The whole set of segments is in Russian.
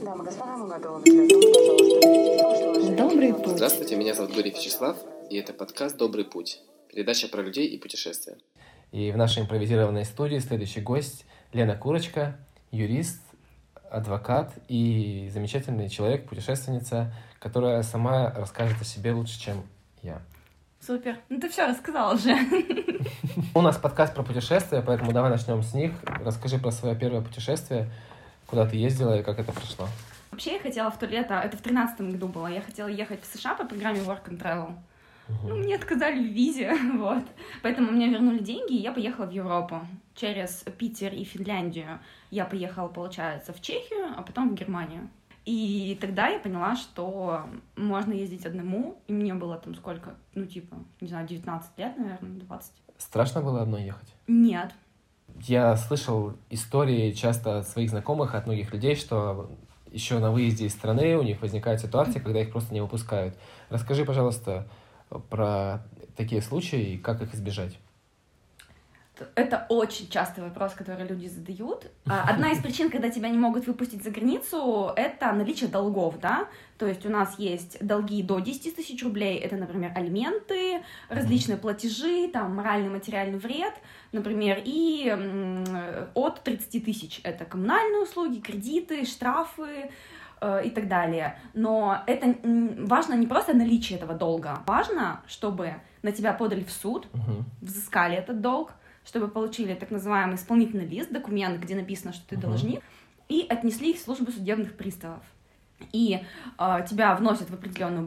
Дамы и господа, мы готовы начинать. Пожалуйста. Добрый путь. Здравствуйте, меня зовут Гурий Вячеслав, и это подкаст «Добрый путь», передача про людей и путешествия. И в нашей импровизированной студии следующий гость Лена Курочка, юрист, адвокат и замечательный человек, путешественница, которая сама расскажет о себе лучше, чем я. Супер. Ну ты все рассказал уже. У нас подкаст про путешествия, поэтому давай начнем с них. Расскажи про свое первое путешествие, куда ты ездила и как это прошло. Вообще я хотела в то лето, это в 2013 году было, я хотела ехать в США по программе Work and Travel. Ну, мне отказали в визе, вот. Поэтому мне вернули деньги, и я поехала в Европу. Через Питер и Финляндию я поехала, получается, в Чехию, а потом в Германию. И тогда я поняла, что можно ездить одному, и мне было там сколько, не знаю, 19 лет, наверное, 20. Страшно было одной ехать? Нет. Я слышал истории часто от своих знакомых, от многих людей, что еще на выезде из страны у них возникает ситуация, когда их просто не выпускают. Расскажи, пожалуйста, про такие случаи и как их избежать. Это очень частый вопрос, который люди задают. Одна из причин, когда тебя не могут выпустить за границу, это наличие долгов, да? То есть у нас есть долги до 10 тысяч рублей, это, например, алименты, различные платежи, там, моральный, материальный вред, например, и от 30 тысяч это коммунальные услуги, кредиты, штрафы и так далее. Но это важно не просто наличие этого долга, важно, чтобы на тебя подали в суд, взыскали этот долг, чтобы получили так называемый исполнительный лист, документ, где написано, что ты должник, и отнесли их в службу судебных приставов. И тебя вносят в определенную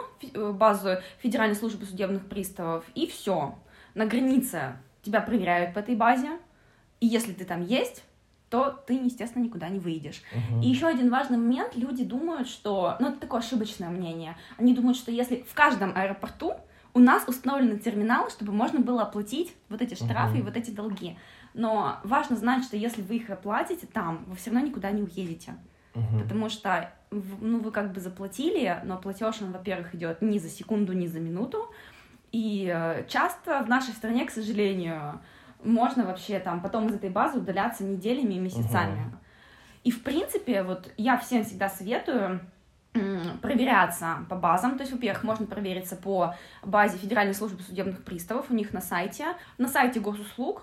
базу Федеральной службы судебных приставов, и все. На границе тебя проверяют по этой базе, и если ты там есть, то ты, естественно, никуда не выйдешь. И еще один важный момент, люди думают, что... это такое ошибочное мнение. Они думают, что если в каждом аэропорту у нас установлены терминалы, чтобы можно было оплатить вот эти штрафы и вот эти долги. Но важно знать, что если вы их оплатите там, вы все равно никуда не уедете. Потому что вы как бы заплатили, но платеж, он, во-первых, идет не за секунду, не за минуту. И часто в нашей стране, к сожалению, можно вообще там потом из этой базы удаляться неделями и месяцами. И, в принципе, вот я всем всегда советую проверяться по базам. То есть, во-первых, можно провериться по базе Федеральной службы судебных приставов, у них на сайте госуслуг.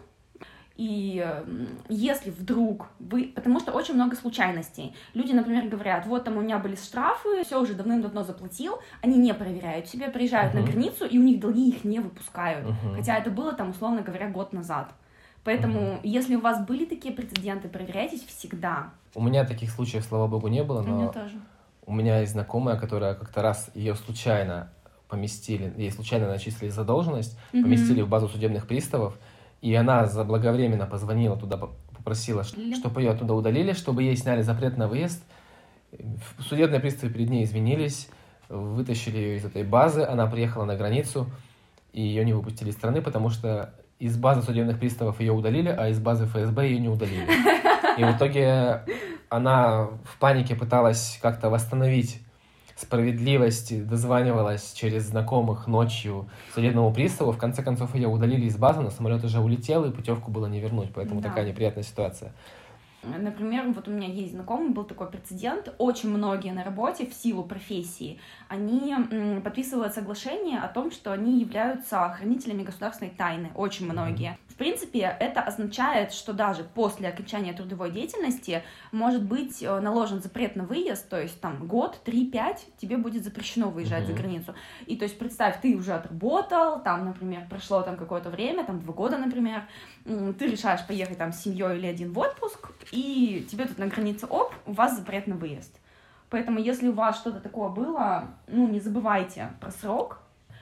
И если вдруг вы... Потому что очень много случайностей. Люди, например, говорят, вот там у меня были штрафы, все уже давным-давно заплатил, они не проверяют себя, приезжают на границу, и у них долги их не выпускают. Хотя это было там, условно говоря, год назад. Поэтому, если у вас были такие прецеденты, проверяйтесь всегда. У меня таких случаев, слава богу, не было, но... У меня тоже. У меня есть знакомая, которая как-то раз ее случайно поместили, ей случайно начислили задолженность, поместили в базу судебных приставов, и она заблаговременно позвонила туда, попросила, чтобы ее оттуда удалили, чтобы ей сняли запрет на выезд. Судебные приставы перед ней извинились, вытащили ее из этой базы, она приехала на границу, и ее не выпустили из страны, потому что из базы судебных приставов ее удалили, а из базы ФСБ ее не удалили. И в итоге она в панике пыталась как-то восстановить справедливость, дозванивалась через знакомых ночью судебному приставу. В конце концов, ее удалили из базы, но самолет уже улетел, и путевку было не вернуть. Поэтому такая неприятная ситуация. Например, вот у меня есть знакомый, был такой прецедент. Очень многие на работе в силу профессии, они подписывают соглашение о том, что они являются хранителями государственной тайны. Очень многие. В принципе, это означает, что даже после окончания трудовой деятельности может быть наложен запрет на выезд, то есть там год, 3-5 тебе будет запрещено выезжать за границу. И то есть представь, ты уже отработал, там, например, прошло там какое-то время, там 2 года, например, ты решаешь поехать там с семьей или один в отпуск, и тебе тут на границе, у вас запрет на выезд. Поэтому, если у вас что-то такое было, не забывайте про срок.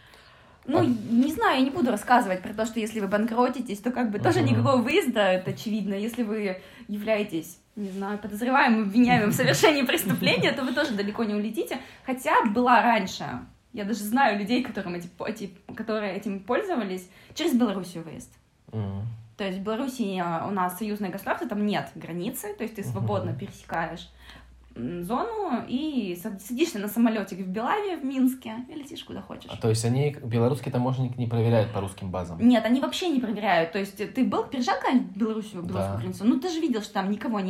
Не знаю, я не буду рассказывать про то, что если вы банкротитесь, то как бы тоже никакого выезда, это очевидно. Если вы являетесь, не знаю, подозреваемым, обвиняемым в совершении преступления, то вы тоже далеко не улетите. Хотя была раньше. Я даже знаю людей, которые этим пользовались, через Белоруссию выезд. То есть в Белоруссии у нас союзное государство, там нет границы, то есть ты свободно пересекаешь зону и садишься на самолетик в Белаве, в Минске, и летишь куда хочешь. То есть они, белорусские таможенники, не проверяют по русским базам? Нет, они вообще не проверяют. То есть ты переезжал когда-нибудь в Белоруссию, в белорусскую границу? Ты же видел, что там никого нет.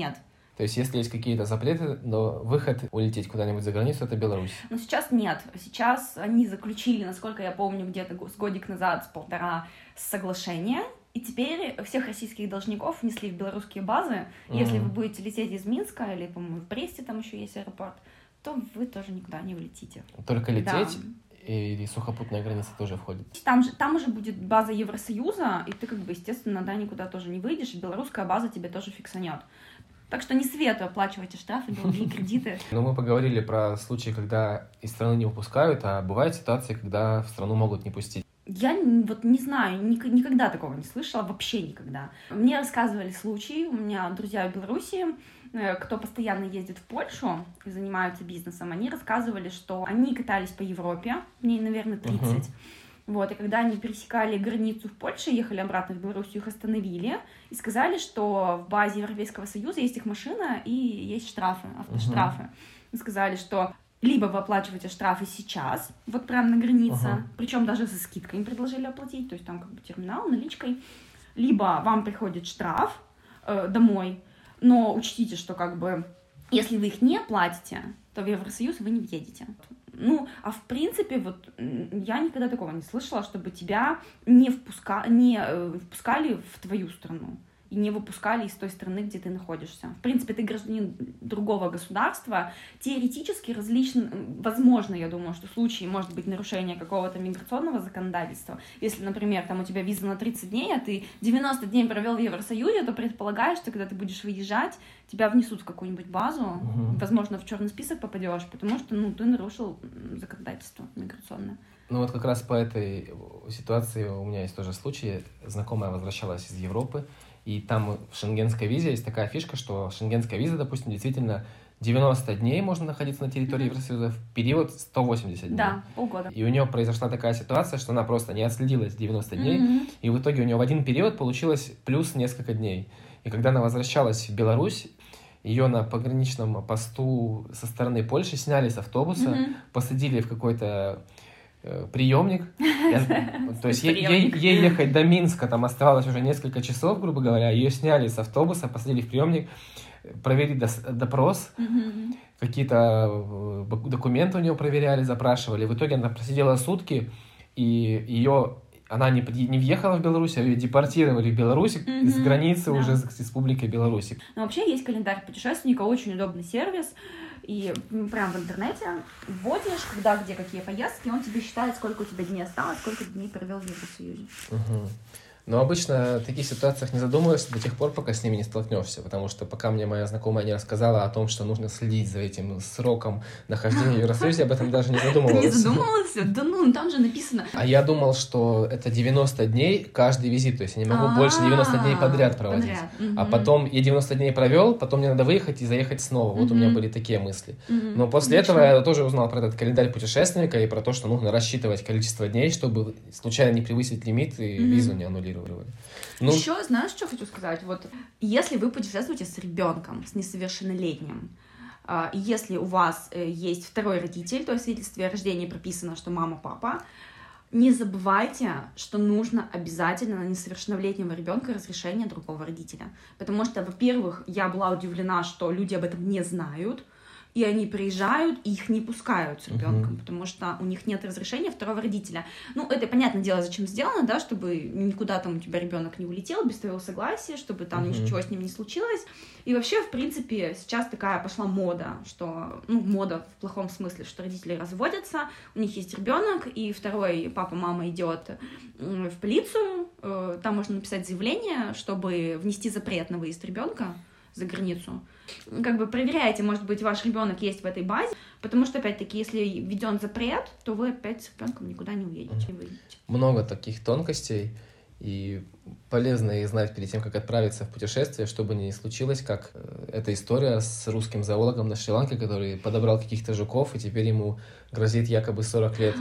То есть, если есть какие-то запреты, но выход улететь куда-нибудь за границу — это Беларусь. Но сейчас нет. Сейчас они заключили, насколько я помню, где-то с годик назад, с полтора, соглашение. И теперь всех российских должников внесли в белорусские базы. Если вы будете лететь из Минска, или, по-моему, в Бресте там еще есть аэропорт, то вы тоже никуда не улетите. Только лететь? Да. Или сухопутная граница тоже входит? Там уже будет база Евросоюза, и ты, как бы, естественно, да, никуда тоже не выйдешь, и белорусская база тебе тоже фиксанет. Так что не советую оплачивать штрафы, долги, кредиты. Но мы поговорили про случаи, когда из страны не выпускают, а бывают ситуации, когда в страну могут не пустить. Я вот не знаю, никогда такого не слышала, вообще никогда. Мне рассказывали случаи, у меня друзья в Беларуси, кто постоянно ездит в Польшу и занимаются бизнесом, они рассказывали, что они катались по Европе, дней, наверное, 30. Вот, и когда они пересекали границу в Польше, ехали обратно в Белоруссию, их остановили и сказали, что в базе Европейского Союза есть их машина и есть штрафы, автоштрафы. И сказали, что либо вы оплачиваете штрафы сейчас, вот прямо на границе, причем даже со скидкой им предложили оплатить, то есть там как бы терминал, наличкой, либо вам приходит штраф домой, но учтите, что как бы если вы их не платите, то в Евросоюз вы не въедете. Ну, а в принципе, вот я никогда такого не слышала, чтобы тебя не впускали в твою страну и не выпускали из той страны, где ты находишься. В принципе, ты гражданин другого государства. Теоретически возможно, я думаю, что в случае может быть нарушение какого-то миграционного законодательства. Если, например, там у тебя виза на 30 дней, а ты 90 дней провел в Евросоюзе, то предполагаешь, что когда ты будешь выезжать, тебя внесут в какую-нибудь базу, возможно, в черный список попадешь, потому что, ты нарушил законодательство миграционное. Ну вот как раз по этой ситуации у меня есть тоже случай. Знакомая возвращалась из Европы, и там в шенгенской визе есть такая фишка, что шенгенская виза, допустим, действительно 90 дней можно находиться на территории Евросоюза в период 180 дней. Да, полгода. И у нее произошла такая ситуация, что она просто не отследила эти 90 дней, и в итоге у нее в один период получилось плюс несколько дней. И когда она возвращалась в Беларусь, ее на пограничном посту со стороны Польши сняли с автобуса, посадили в какой-то приемник. То есть ей ехать до Минска там оставалось уже несколько часов, грубо говоря. Ее сняли с автобуса, посадили в приемник, провели допрос, какие-то документы у нее проверяли, запрашивали. В итоге она просидела сутки, и она не въехала в Беларусь, а ее депортировали в Беларусь с границы уже с Республикой Беларусь. Но вообще есть календарь путешественника, очень удобный сервис. И прям в интернете вводишь, когда, где, какие поездки, он тебе считает, сколько у тебя дней осталось, сколько дней провел в Евросоюзе. Но обычно в таких ситуациях не задумываешься до тех пор, пока с ними не столкнешься, потому что пока мне моя знакомая не рассказала о том, что нужно следить за этим сроком нахождения в Евросоюзе, об этом даже не задумывалась. Ты не задумывался? Да там же написано. А я думал, что это 90 дней каждый визит, то есть я не могу больше 90 дней подряд проводить. А потом я 90 дней провел, потом мне надо выехать и заехать снова. Вот у меня были такие мысли. Но после этого я тоже узнал про этот календарь путешественника и про то, что нужно рассчитывать количество дней, чтобы случайно не превысить лимит и визу не аннулировать. Еще, знаешь, что хочу сказать? Вот если вы путешествуете с ребенком, с несовершеннолетним, если у вас есть второй родитель, то есть в свидетельстве о рождении прописано, что мама, папа, не забывайте, что нужно обязательно на несовершеннолетнего ребенка разрешение другого родителя. Потому что, во-первых, я была удивлена, что люди об этом не знают, и они приезжают, и их не пускают с ребенком, потому что у них нет разрешения второго родителя. Это, понятное дело, зачем сделано, да, чтобы никуда там у тебя ребенок не улетел без твоего согласия, чтобы там ничего с ним не случилось. И вообще, в принципе, сейчас такая пошла мода, что, мода в плохом смысле, что родители разводятся, у них есть ребенок, и второй папа, мама идет в полицию, там можно написать заявление, чтобы внести запрет на выезд ребенка за границу. Как бы проверяйте, может быть, ваш ребенок есть в этой базе, потому что, опять-таки, если введен запрет, то вы опять с ребенком никуда не уедете. Много таких тонкостей, и полезно их знать перед тем, как отправиться в путешествие, чтобы не случилось, как эта история с русским зоологом на Шри-Ланке, который подобрал каких-то жуков, и теперь ему грозит якобы 40 лет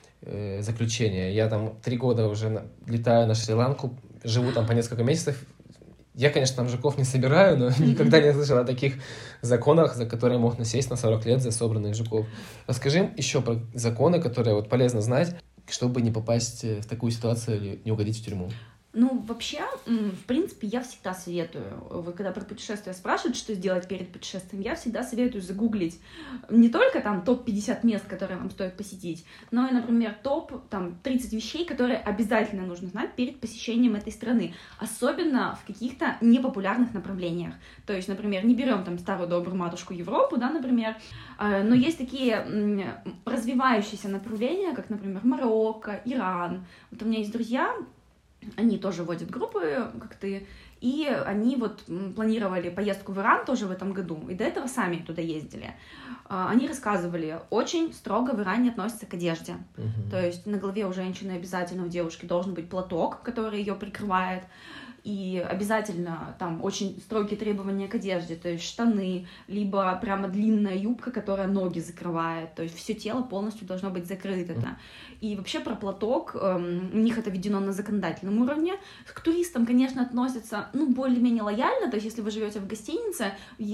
заключения. Я там 3 года уже летаю на Шри-Ланку, живу там по несколько месяцев. Я, конечно, там жуков не собираю, но никогда не слышал о таких законах, за которые можно сесть на 40 лет за собранных жуков. Расскажи еще про законы, которые полезно знать, чтобы не попасть в такую ситуацию или не угодить в тюрьму. Ну, вообще, в принципе, я всегда советую, вот когда про путешествия спрашивают, что сделать перед путешествием, я всегда советую загуглить не только там топ-50 мест, которые вам стоит посетить, но и, например, топ-30 вещей, которые обязательно нужно знать перед посещением этой страны, особенно в каких-то непопулярных направлениях. То есть, например, не берем там старую добрую матушку Европу, да, например, но есть такие развивающиеся направления, как, например, Марокко, Иран. Вот у меня есть друзья, они тоже водят группы, как ты, и они вот планировали поездку в Иран тоже в этом году, и до этого сами туда ездили. Они рассказывали, очень строго в Иране относятся к одежде. То есть на голове у женщины обязательно, у девушки должен быть платок, который ее прикрывает, и обязательно там очень строгие требования к одежде, то есть штаны, либо прямо длинная юбка, которая ноги закрывает, то есть все тело полностью должно быть закрыто. И вообще про платок, у них это введено на законодательном уровне. К туристам, конечно, относятся, более-менее лояльно, то есть если вы живете в гостинице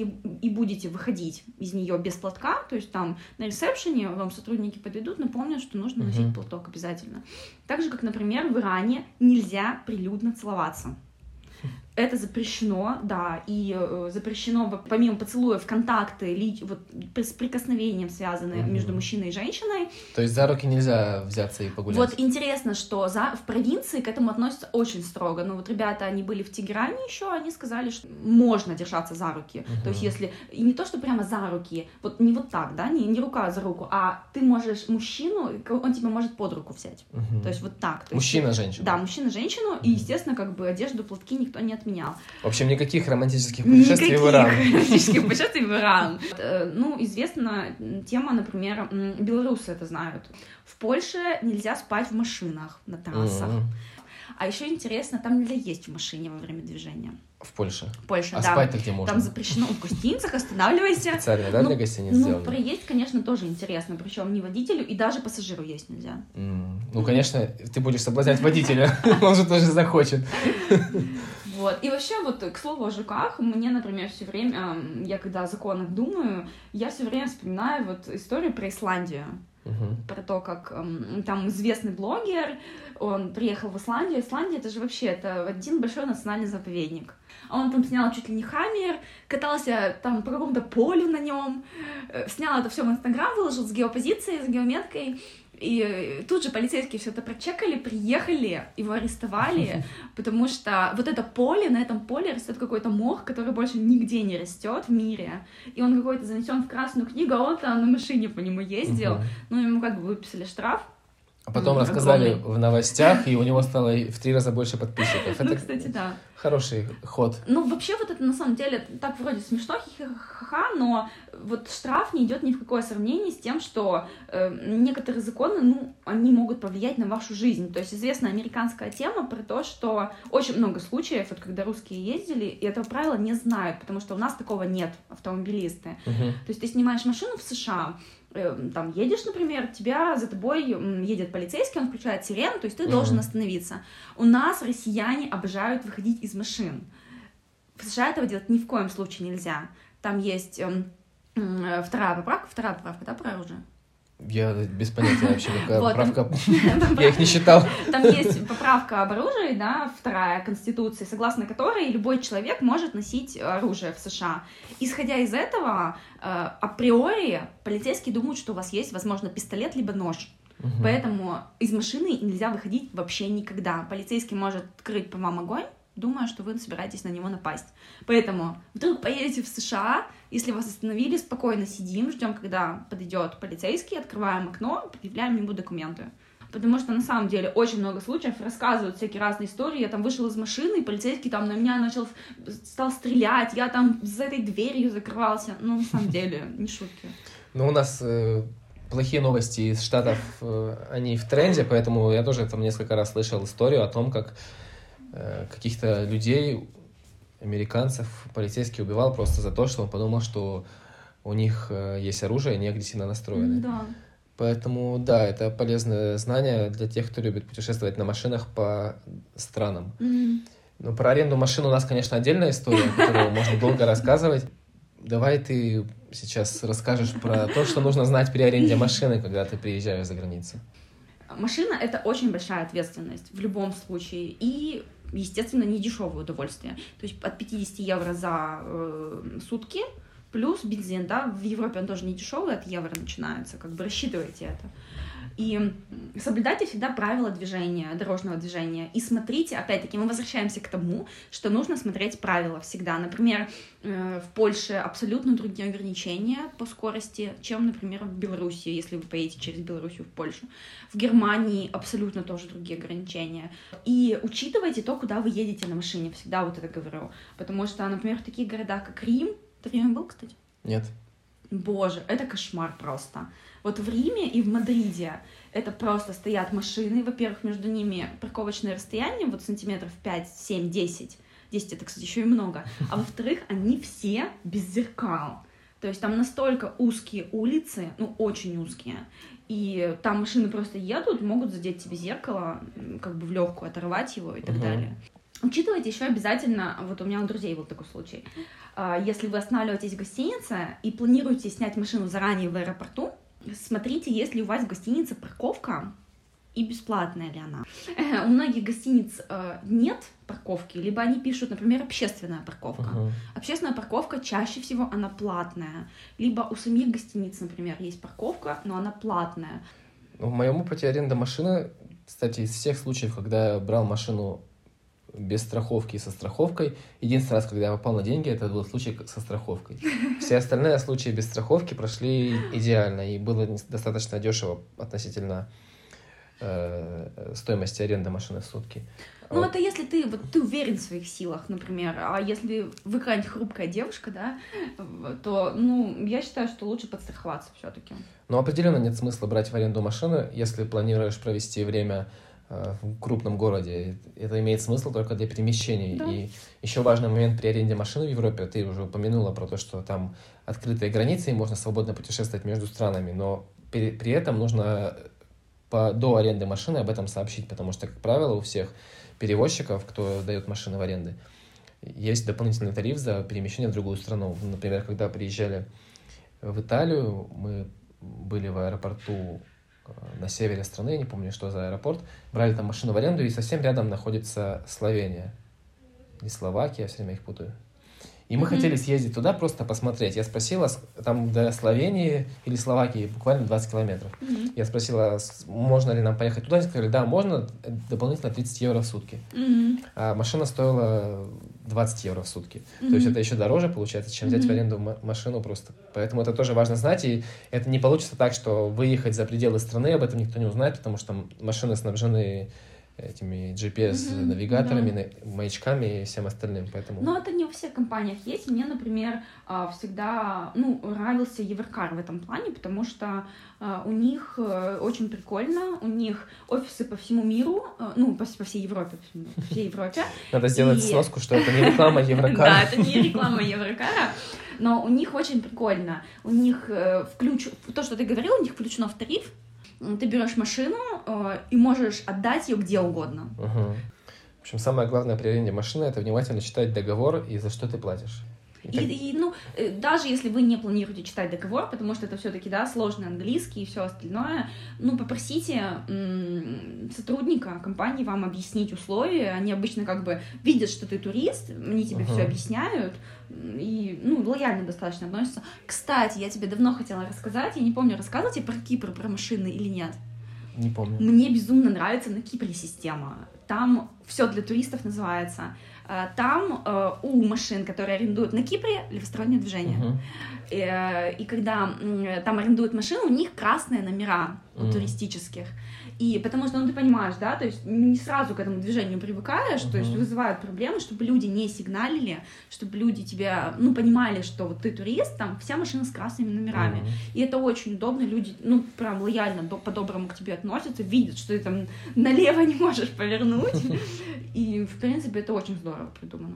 и будете выходить из нее без платка, то есть там на ресепшене вам сотрудники подведут, напомнят, что нужно носить платок обязательно. Так же, как, например, в Иране нельзя прилюдно целоваться. Это запрещено, да, и запрещено, помимо поцелуев, контакты, вот, с прикосновением связанные между мужчиной и женщиной. То есть за руки нельзя взяться и погулять? Вот интересно, что в провинции к этому относятся очень строго. Но вот ребята, они были в Тегеране еще, они сказали, что можно держаться за руки. То есть если, и не то, что прямо за руки, вот не вот так, да, не рука за руку, а ты можешь мужчину, он тебя может под руку взять. То есть вот так. Мужчина-женщину? Да, мужчина-женщину, и, естественно, как бы одежду, платки никто не отменял. В общем, никаких романтических путешествий в Иран. Никаких романтических путешествий в Иран. Известна тема, например, белорусы это знают. В Польше нельзя спать в машинах на трассах. А еще интересно, там нельзя есть в машине во время движения. В Польше? В Польше, да. А спать-то где можно? Там запрещено в гостиницах, останавливайся. Специально, да, для гостиниц сделано? Проесть, конечно, тоже интересно, причем не водителю, и даже пассажиру есть нельзя. Конечно, ты будешь соблазнять водителя, он же тоже захочет. Вот. И вообще, вот, к слову о жуках, мне, например, все время, я когда о законах думаю, я все время вспоминаю вот историю про Исландию. Про то, как там известный блогер, он приехал в Исландию. Исландия — это же вообще один большой национальный заповедник. Он там снял чуть ли не хаммер, катался там по какому-то полю на нем, снял это все в Инстаграм, выложил с геопозицией, с геометкой. И тут же полицейские все это прочекали, приехали, его арестовали, потому что вот это поле, на этом поле растет какой-то мох, который больше нигде не растет в мире, и он какой-то занесен в Красную книгу, а он там на машине по нему ездил, ему как бы выписали штраф. А потом рассказали в новостях, и у него стало в 3 раза больше подписчиков. Это, кстати, да. Хороший ход. Вообще вот это на самом деле так вроде смешно, хихихаха, но вот штраф не идет ни в какое сравнение с тем, что некоторые законы, они могут повлиять на вашу жизнь. То есть известна американская тема про то, что очень много случаев, вот когда русские ездили, и этого правила не знают, потому что у нас такого нет, автомобилисты. То есть ты снимаешь машину в США, там едешь, например, за тобой едет полицейский, он включает сирену, то есть ты должен остановиться. У нас россияне обожают выходить из машин. В США этого делать ни в коем случае нельзя. Там есть вторая поправка, да, про оружие? Я без понятия вообще, какая поправка. Я их не считал. Там есть поправка об оружии, да, 2 Конституции, согласно которой любой человек может носить оружие в США. Исходя из этого, априори полицейские думают, что у вас есть, возможно, пистолет либо нож. Поэтому из машины нельзя выходить вообще никогда. Полицейский может открыть по вам огонь, думая, что вы собираетесь на него напасть. Поэтому вдруг поедете в США, если вас остановили, спокойно сидим, ждем, когда подойдет полицейский, открываем окно, предъявляем ему документы. Потому что на самом деле очень много случаев рассказывают всякие разные истории. Я там вышел из машины, и полицейский там на меня стал стрелять, я там за этой дверью закрывался. На самом деле, не шутки. У нас плохие новости из Штатов, они в тренде, поэтому я тоже там несколько раз слышал историю о том, как каких-то людей, американцев, полицейский убивал просто за то, что он подумал, что у них есть оружие, и они агрессивно настроены. Да. Поэтому, да, это полезное знание для тех, кто любит путешествовать на машинах по странам. Но про аренду машин у нас, конечно, отдельная история, которую можно долго рассказывать. Давай ты сейчас расскажешь про то, что нужно знать при аренде машины, когда ты приезжаешь за границу. Машина — это очень большая ответственность в любом случае. И естественно, не дешевое удовольствие. То есть от 50 евро за сутки плюс бензин, да, в Европе он тоже не дешевый, от евро начинается, как бы рассчитывайте это. И соблюдайте всегда правила движения, дорожного движения. И смотрите, опять-таки, мы возвращаемся к тому, что нужно смотреть правила всегда. Например, в Польше абсолютно другие ограничения по скорости, чем, например, в Беларуси, если вы поедете через Белоруссию в Польшу. В Германии абсолютно тоже другие ограничения. И учитывайте то, куда вы едете на машине. Всегда вот это говорю. Потому что, например, в таких городах, как Рим... Ты в Риме был, кстати? Нет. Боже, это кошмар просто. Вот в Риме и в Мадриде это просто стоят машины, во-первых, между ними парковочное расстояние, вот сантиметров 5, 7, 10. 10 это, кстати, еще и много. А во-вторых, они все без зеркал. То есть там настолько узкие улицы, ну, очень узкие, и там машины просто едут, могут задеть тебе зеркало, как бы в легкую оторвать его и так далее. Учитывайте еще обязательно, вот у меня у друзей был такой случай, если вы останавливаетесь в гостинице и планируете снять машину заранее в аэропорту, смотрите, есть ли у вас в гостинице парковка и бесплатная ли она. У многих гостиниц нет парковки, либо они пишут, например, общественная парковка. Общественная парковка чаще всего она платная, либо у самих гостиниц, например, есть парковка, но она платная. В моем опыте аренда машины, кстати, из всех случаев, когда я брал машину без страховки и со страховкой. Единственный раз, когда я попал на деньги, это был случай со страховкой. Все остальные случаи без страховки прошли идеально, и было достаточно дешево относительно стоимости аренды машины в сутки. Ну, это если ты уверен в своих силах, например, а если вы какая-нибудь хрупкая девушка, да, то, я считаю, что лучше подстраховаться все-таки. Но определенно нет смысла брать в аренду машину, если планируешь провести время в крупном городе. Это имеет смысл только для перемещений. Да. И еще важный момент при аренде машины в Европе, ты уже упомянула про то, что там открытые границы, и можно свободно путешествовать между странами, но при этом нужно до аренды машины об этом сообщить, потому что, как правило, у всех перевозчиков, кто дает машины в аренду, есть дополнительный тариф за перемещение в другую страну. Например, когда приезжали в Италию, мы были в аэропорту на севере страны, я не помню, что за аэропорт, брали там машину в аренду, и совсем рядом находится Словения. Или Словакия, я все время их путаю. И мы хотели съездить туда, просто посмотреть. Я спросила, там до Словении или Словакии буквально 20 километров. Я спросила, можно ли нам поехать туда. Они сказали, да, можно, дополнительно 30 евро в сутки. А машина стоила 20 евро в сутки. То есть это еще дороже, получается, чем взять в аренду машину просто. Поэтому это тоже важно знать. И это не получится так, что выехать за пределы страны, об этом никто не узнает, потому что машины снабжены этими GPS-навигаторами, маячками и всем остальным, поэтому... Но это не во всех компаниях есть. Мне, например, всегда нравился Еврокар в этом плане, потому что у них очень прикольно, у них офисы по всему миру, по всей Европе, Надо сделать сноску, что это не реклама Еврокара. Да, это не реклама Еврокара, но у них очень прикольно. У них то, что ты говорил, у них включено в тариф. Ты берешь машину и можешь отдать ее где угодно. В общем, самое главное при аренде машины — это внимательно читать договор и за что ты платишь. Даже если вы не планируете читать договор, потому что это все-таки, сложный английский и все остальное, попросите сотрудника компании вам объяснить условия. Они обычно как бы видят, что ты турист, они тебе все объясняют и, лояльно достаточно относятся. Кстати, я тебе давно хотела рассказать, я не помню, рассказывать я про Кипр, про машины или нет. Не помню. Мне безумно нравится на Кипре система. Там все для туристов называется. Там у машин, которые арендуют на Кипре, левостороннее движение. И когда там арендуют машину, у них красные номера у туристических. И потому что, ты понимаешь, да, то есть не сразу к этому движению привыкаешь, то есть вызывают проблемы, чтобы люди не сигналили, чтобы люди тебя, понимали, что вот ты турист, там вся машина с красными номерами. И это очень удобно, люди, прям лояльно, по-доброму к тебе относятся, видят, что ты там налево не можешь повернуть. И, в принципе, это очень здорово придумано.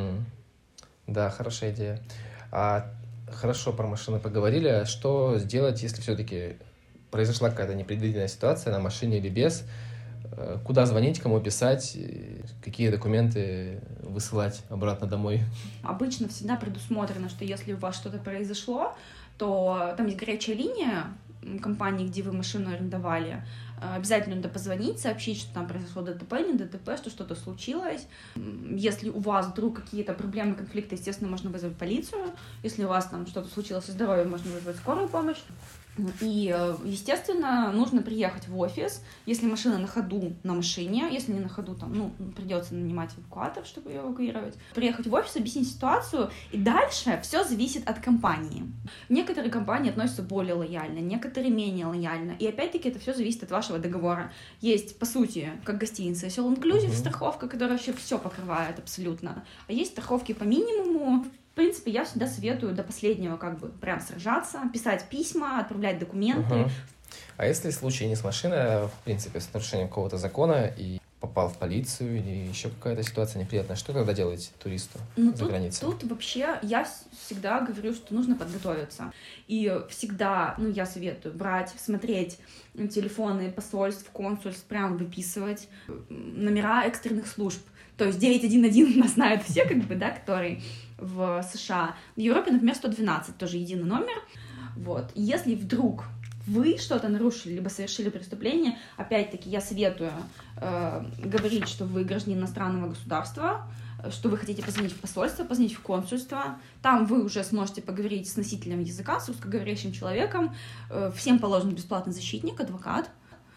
Да, хорошая идея. Хорошо, про машины поговорили. А что сделать, если все-таки произошла какая-то непредвиденная ситуация на машине или без? Куда звонить, кому писать, какие документы высылать обратно домой? Обычно всегда предусмотрено, что если у вас что-то произошло, то там есть горячая линия компании, где вы машину арендовали, обязательно надо позвонить, сообщить, что там произошло ДТП, не ДТП, что что-то случилось. Если у вас вдруг какие-то проблемы, конфликты, естественно, можно вызвать полицию. Если у вас там что-то случилось со здоровьем, можно вызвать скорую помощь. И, естественно, нужно приехать в офис, если машина на ходу, на машине, если не на ходу, там, придется нанимать эвакуатор, чтобы ее эвакуировать. Приехать в офис, объяснить ситуацию, и дальше все зависит от компании. Некоторые компании относятся более лояльно, некоторые менее лояльно, и опять-таки это все зависит от вашего договора. Есть, по сути, как гостиница, есть all-inclusive страховка, которая вообще все покрывает абсолютно, а есть страховки по минимуму. В принципе, я всегда советую до последнего прям сражаться, писать письма, отправлять документы. А если случай не с машиной, а, в принципе, с нарушением какого-то закона и попал в полицию или еще какая-то ситуация неприятная, что тогда делать туристу за границей? Тут вообще я всегда говорю, что нужно подготовиться. И всегда, я советую брать, смотреть телефоны посольств, консульств, прям выписывать номера экстренных служб. То есть 911 нас знают все, которые в США. В Европе, например, 112, тоже единый номер. Вот. Если вдруг вы что-то нарушили, либо совершили преступление, опять-таки я советую говорить, что вы гражданин иностранного государства, что вы хотите позвонить в посольство, позвонить в консульство. Там вы уже сможете поговорить с носителем языка, с русскоговорящим человеком. Всем положен бесплатный защитник, адвокат,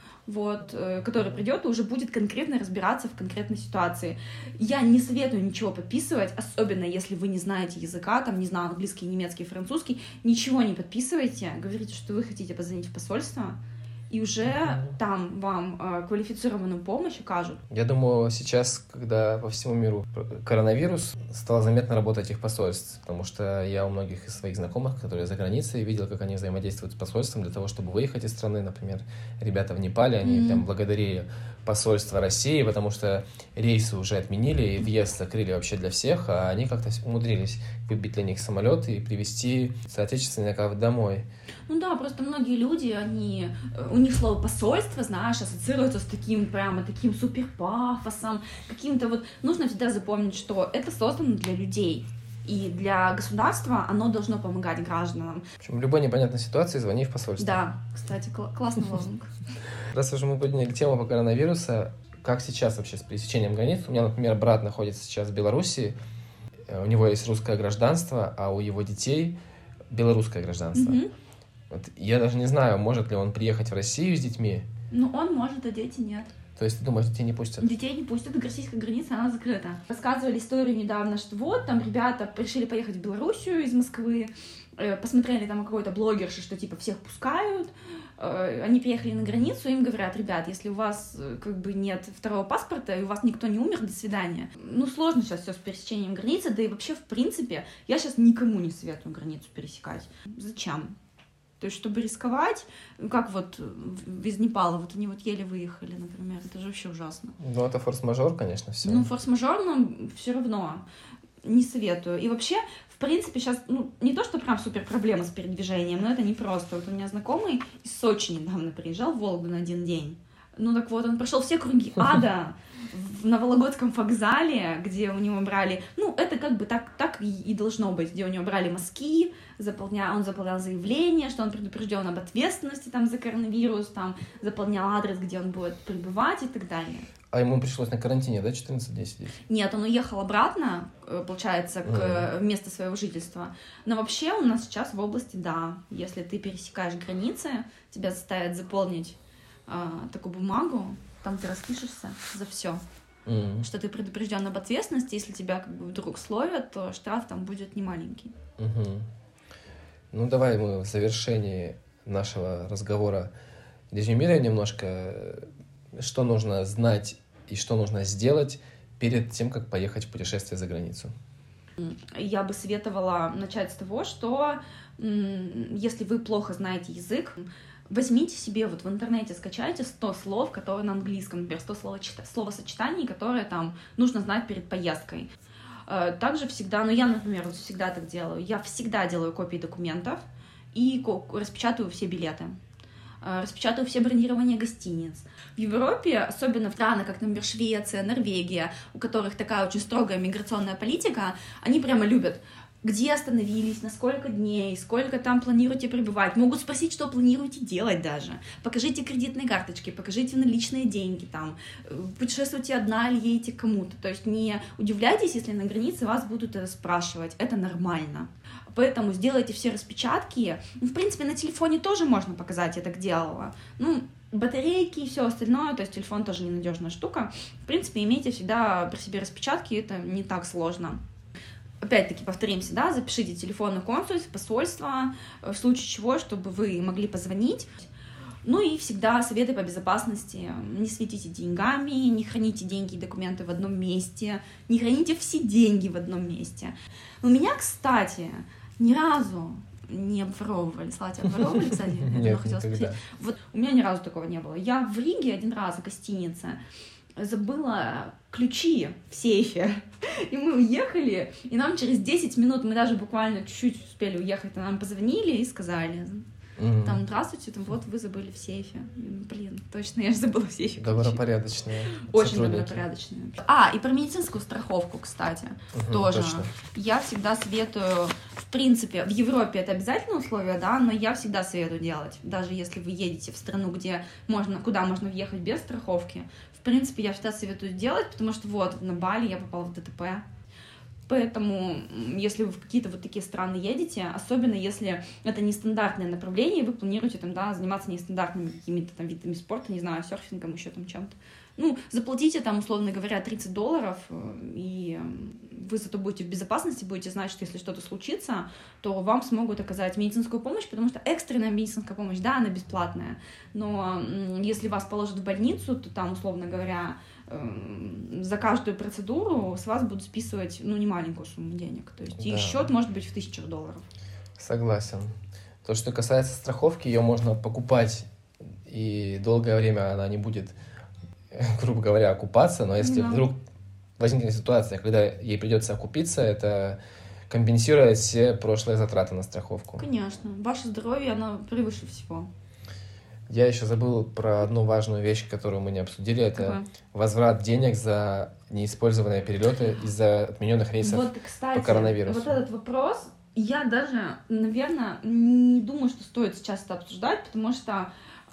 который придет и уже будет конкретно разбираться в конкретной ситуации. Я не советую ничего подписывать, особенно если вы не знаете языка, не знаю, английский, немецкий, французский, ничего не подписывайте, говорите, что вы хотите позвонить в посольство, и уже там вам квалифицированную помощь окажут. Я думаю, сейчас, когда по всему миру коронавирус, стало заметно работа этих посольств, потому что я у многих из своих знакомых, которые за границей, видел, как они взаимодействуют с посольством для того, чтобы выехать из страны. Например, ребята в Непале, они прям благодарили посольство России, потому что рейсы уже отменили, и въезд закрыли вообще для всех, а они как-то умудрились выбить для них самолет и привезти соотечественников домой. Просто многие люди, у них слово посольство, знаешь, ассоциируется с таким супер пафосом, каким-то нужно всегда запомнить, что это создано для людей. И для государства оно должно помогать гражданам. В общем, в любой непонятной ситуации звони в посольство. Да, кстати, классный лозунг. Раз уже мы подняли тему по коронавирусу, как сейчас вообще с пересечением границ? У меня, например, брат находится сейчас в Беларуси, у него есть русское гражданство, а у его детей белорусское гражданство. Я даже не знаю, может ли он приехать в Россию с детьми. Он может, а дети нет. То есть ты думаешь, детей не пустят? Детей не пустят, российская граница, она закрыта. Рассказывали историю недавно, что там ребята решили поехать в Белоруссию из Москвы, посмотрели там какой-то блогерши, что всех пускают, они приехали на границу, им говорят: ребят, если у вас нет второго паспорта и у вас никто не умер, до свидания. Сложно сейчас все с пересечением границы, да и вообще, в принципе, я сейчас никому не советую границу пересекать. Зачем? То есть, чтобы рисковать, как из Непала, они еле выехали, например, это же вообще ужасно. Это форс-мажор, конечно, все. Форс-мажор, но все равно не советую. И вообще, в принципе, сейчас, не то, что прям супер проблема с передвижением, но это не просто. У меня знакомый из Сочи недавно приезжал в Вологду на один день. Он прошел все круги ада на Вологодском вокзале, где у него брали, это так и должно быть, где у него брали мазки, он заполнял заявление, что он предупрежден об ответственности за коронавирус, заполнял адрес, где он будет пребывать и так далее. А ему пришлось на карантине, 14 дней сидеть? Нет, он уехал обратно, получается, к месту своего жительства. Но вообще у нас сейчас в области, если ты пересекаешь границы, тебя заставят заполнить такую бумагу, там ты распишешься за все, что ты предупрежден об ответственности, если тебя вдруг словят, то штраф там будет немаленький. Давай мы в завершении нашего разговора резюмируем немножко, что нужно знать и что нужно сделать перед тем, как поехать в путешествие за границу. Я бы советовала начать с того, что если вы плохо знаете язык, возьмите себе в интернете, скачайте 100 слов, которые на английском, например, 100 словосочетаний, которые нужно знать перед поездкой. Также всегда, я, например, всегда так делаю, я всегда делаю копии документов и распечатываю все билеты. Распечатываю все бронирования гостиниц. В Европе, особенно в странах, как, например, Швеция, Норвегия, у которых такая очень строгая миграционная политика, они прямо любят где остановились, на сколько дней, сколько там планируете пребывать. Могут спросить, что планируете делать даже. Покажите кредитные карточки, покажите наличные деньги, там, путешествуйте одна или едете к кому-то. То есть не удивляйтесь, если на границе вас будут это спрашивать. Это нормально. Поэтому сделайте все распечатки. В принципе, на телефоне тоже можно показать, я так делала. Батарейки и все остальное, то есть телефон тоже ненадежная штука. В принципе, имейте всегда при себе распечатки, это не так сложно. Опять-таки, повторимся, да, запишите телефонное консульство, посольство, в случае чего, чтобы вы могли позвонить. И всегда советы по безопасности. Не светите деньгами, не храните деньги и документы в одном месте, не храните все деньги в одном месте. У меня, кстати, ни разу не обворовывали. Слава, тебя обворовывали, кстати? Я хотела спросить. Вот у меня ни разу такого не было. Я в Риге один раз в гостинице забыла ключи в сейфе. И мы уехали, и нам через 10 минут, мы даже буквально чуть-чуть успели уехать, а нам позвонили и сказали, там, здравствуйте, там, вот вы забыли в сейфе. Блин, точно, я же забыла в сейфе. Добропорядочные. Очень добропорядочные. И про медицинскую страховку, кстати, тоже. Точно. Я всегда советую, в принципе, в Европе это обязательное условие, да, но я всегда советую делать, даже если вы едете в страну, куда можно въехать без страховки. В принципе, я всегда советую сделать, потому что вот на Бали я попала в ДТП. Поэтому, если вы в какие-то вот такие страны едете, особенно если это нестандартное направление, и вы планируете там, да, заниматься нестандартными какими-то там видами спорта, не знаю, серфингом, еще там чем-то. Заплатите там, условно говоря, $30, и вы зато будете в безопасности, будете знать, что если что-то случится, то вам смогут оказать медицинскую помощь, потому что экстренная медицинская помощь, да, она бесплатная, но если вас положат в больницу, то там, условно говоря, за каждую процедуру с вас будут списывать, немаленькую сумму денег, то есть и счет может быть в $1000. Согласен. То, что касается страховки, ее можно покупать, и долгое время она не будет, грубо говоря, окупаться, но если вдруг возникнет ситуация, когда ей придется окупиться, это компенсирует все прошлые затраты на страховку. Конечно. Ваше здоровье, оно превыше всего. Я еще забыл про одну важную вещь, которую мы не обсудили. Это возврат денег за неиспользованные перелеты из-за отмененных рейсов по коронавирусу. Вот этот вопрос, я даже, наверное, не думаю, что стоит сейчас это обсуждать, потому что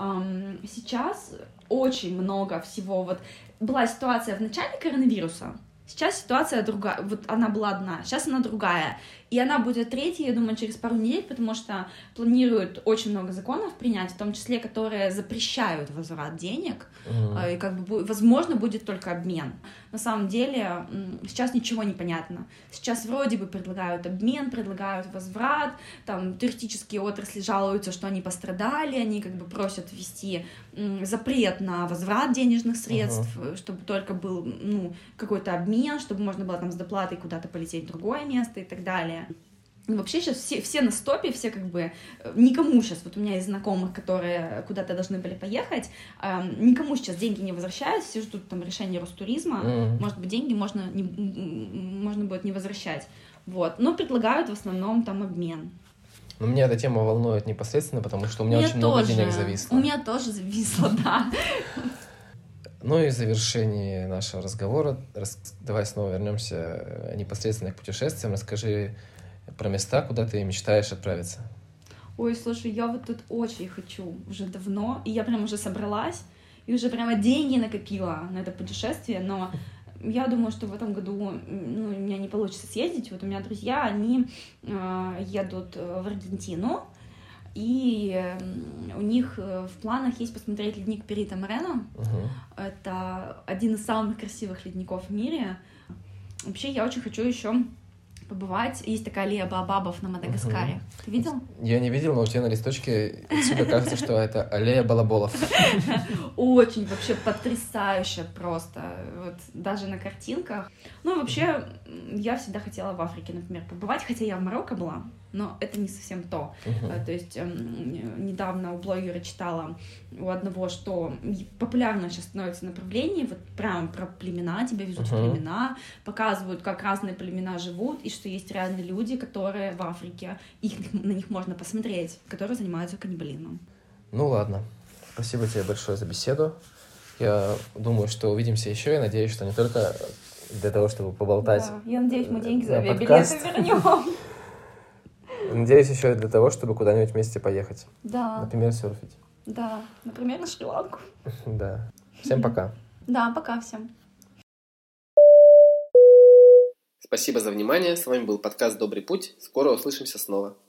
сейчас очень много всего. Вот была ситуация в начале коронавируса, сейчас ситуация другая. Вот она была одна, сейчас она другая. И она будет третья, я думаю, через пару недель, потому что планируют очень много законов принять, в том числе, которые запрещают возврат денег. И возможно, будет только обмен. На самом деле, сейчас ничего не понятно. Сейчас вроде бы предлагают обмен, предлагают возврат, там туристические отрасли жалуются, что они пострадали, они просят ввести запрет на возврат денежных средств, чтобы только был какой-то обмен, чтобы можно было там с доплатой куда-то полететь в другое место и так далее. Вообще сейчас все на стопе, все никому сейчас, вот у меня есть знакомых, которые куда-то должны были поехать, никому сейчас деньги не возвращаются, все ждут там решения Ростуризма, может быть, деньги можно будет не возвращать, вот, но предлагают в основном там обмен. Но меня эта тема волнует непосредственно, потому что у меня очень много денег зависло. У меня тоже зависло, да. И в завершении нашего разговора давай снова вернемся непосредственно к путешествиям. Расскажи про места, куда ты мечтаешь отправиться. Ой, слушай, я вот тут очень хочу уже давно, и я прям уже собралась, и уже прямо деньги накопила на это путешествие, но я думаю, что в этом году у меня не получится съездить. Вот у меня друзья, они едут в Аргентину, и у них в планах есть посмотреть ледник Перито Морено. Это один из самых красивых ледников в мире. Вообще, я очень хочу еще побывать. Есть такая аллея Баобабов на Мадагаскаре. Ты видел? Я не видел, но у тебя на листочке отсюда кажется, что это аллея балаболов. Очень вообще потрясающе просто. Вот даже на картинках. Вообще, я всегда хотела в Африке, например, побывать, хотя я в Марокко была, но это не совсем то. То есть недавно у блогера читала у одного, что популярно сейчас становится направление, вот прям про племена, тебя везут в племена, показывают, как разные племена живут, и что есть реально люди, которые в Африке, на них можно посмотреть, которые занимаются каннибализмом. Ладно. Спасибо тебе большое за беседу. Я думаю, что увидимся еще, и надеюсь, что не только для того, чтобы поболтать. Да, я надеюсь, мы деньги за авиабилеты вернем. Надеюсь, еще и для того, чтобы куда-нибудь вместе поехать. Да, Например, серфить. да. Например, на Шри-Ланку. Да. Всем пока. Да, пока всем. Спасибо за внимание. С вами был подкаст «Добрый путь». Скоро услышимся снова.